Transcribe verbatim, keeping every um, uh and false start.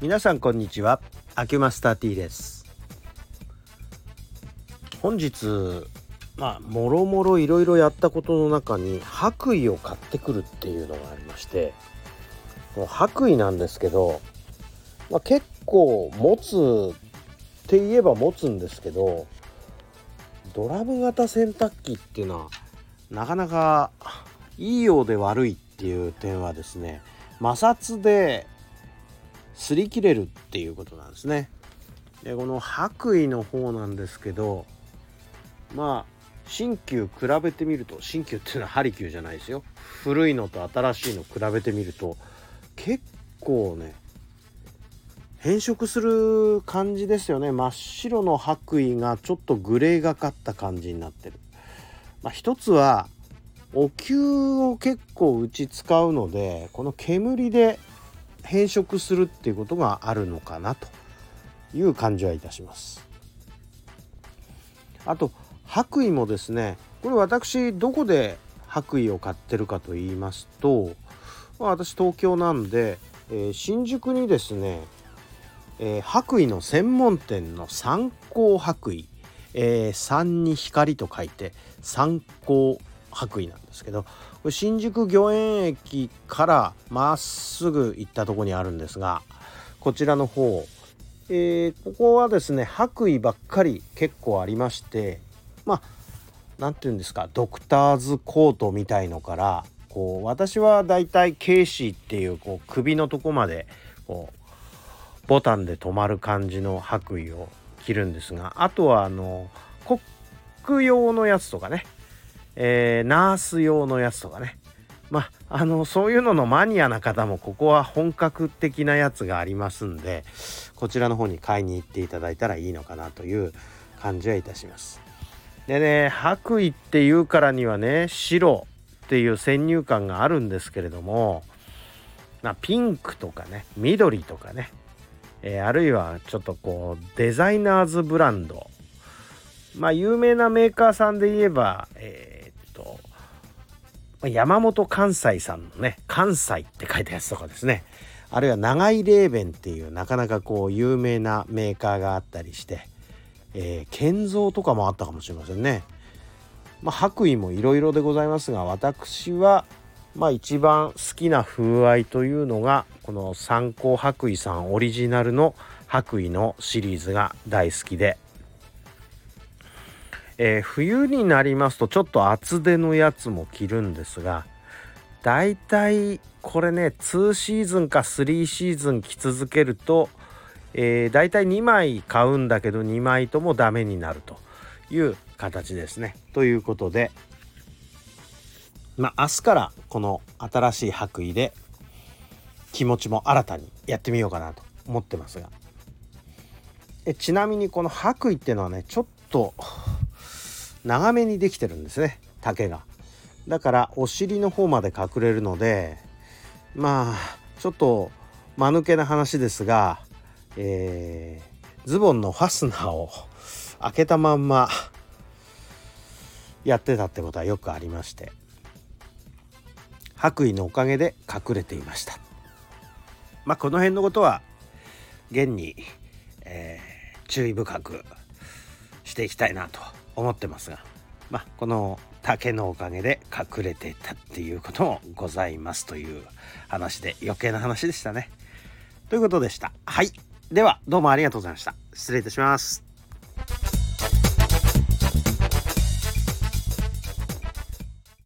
皆さんこんにちは、アキュマスター T です。本日まあもろもろいろいろやったことの中に白衣を買ってくるっていうのがありまして、もう白衣なんですけど、まあ、結構持つって言えば持つんですけど、ドラム型洗濯機っていうのはなかなかいいようで悪いっていう点はですね、摩擦で擦り切れるっていうことなんですね。でこの白衣の方なんですけど、まあ新旧比べてみると、新旧っていうのはハリキューじゃないですよ、古いのと新しいの比べてみると結構ね変色する感じですよね。真っ白の白衣がちょっとグレーがかった感じになってる。まあ、一つはお灸を結構うち使うので、この煙で変色するっていうことがあるのかなという感じはいたします。あと白衣もですね、これ私どこで白衣を買ってるかと言いますと、まあ、私東京なんで、えー、新宿にですね、えー、白衣の専門店の三光白衣、えー、三に光と書いて三光白衣なんですけど、これ新宿御苑駅からまっすぐ行ったところにあるんですが、こちらの方、えー、ここはですね白衣ばっかり結構ありまして、まあなんていうんですか、ドクターズコートみたいのから、こう私はだいたいケーシーっていう、こう首のとこまでこうボタンで留まる感じの白衣を着るんですが、あとはあのコック用のやつとかね、えー、ナース用のやつとかね、まああのそういうののマニアな方もここは本格的なやつがありますんで、こちらの方に買いに行っていただいたらいいのかなという感じはいたします。でね、白衣っていうからにはね、白っていう先入観があるんですけれども、まピンクとかね、緑とかね、えー、あるいはちょっとこうデザイナーズブランド、まあ有名なメーカーさんで言えば、えー、っと山本関西さんのね、関西って書いたやつとかですね、あるいは長井レーベンっていうなかなかこう有名なメーカーがあったりして、えー、建造とかもあったかもしれませんね。まあ白衣もいろいろでございますが、私はまあ一番好きな風合いというのがこの三光白衣さんオリジナルの白衣のシリーズが大好きで、えー、冬になりますとちょっと厚手のやつも着るんですが、だいたいこれねにシーズンかさんシーズン着続けると、えー、だいたいにまい買うんだけどにまいともダメになるという形ですね。ということで、まあ明日からこの新しい白衣で気持ちも新たにやってみようかなと思ってますが、えちなみにこの白衣っていうのはね、ちょっと長めにできてるんですね、丈が。だからお尻の方まで隠れるので、まあちょっと間抜けな話ですが、えー、ズボンのファスナーを開けたまんまやってたってことはよくありまして、白衣のおかげで隠れていました。まあこの辺のことは現に、えー、注意深くしていきたいなと思ってますが、まあこの竹のおかげで隠れていたっていうこともございますという話で、余計な話でしたねということでした。はい、ではどうもありがとうございました。失礼いたします。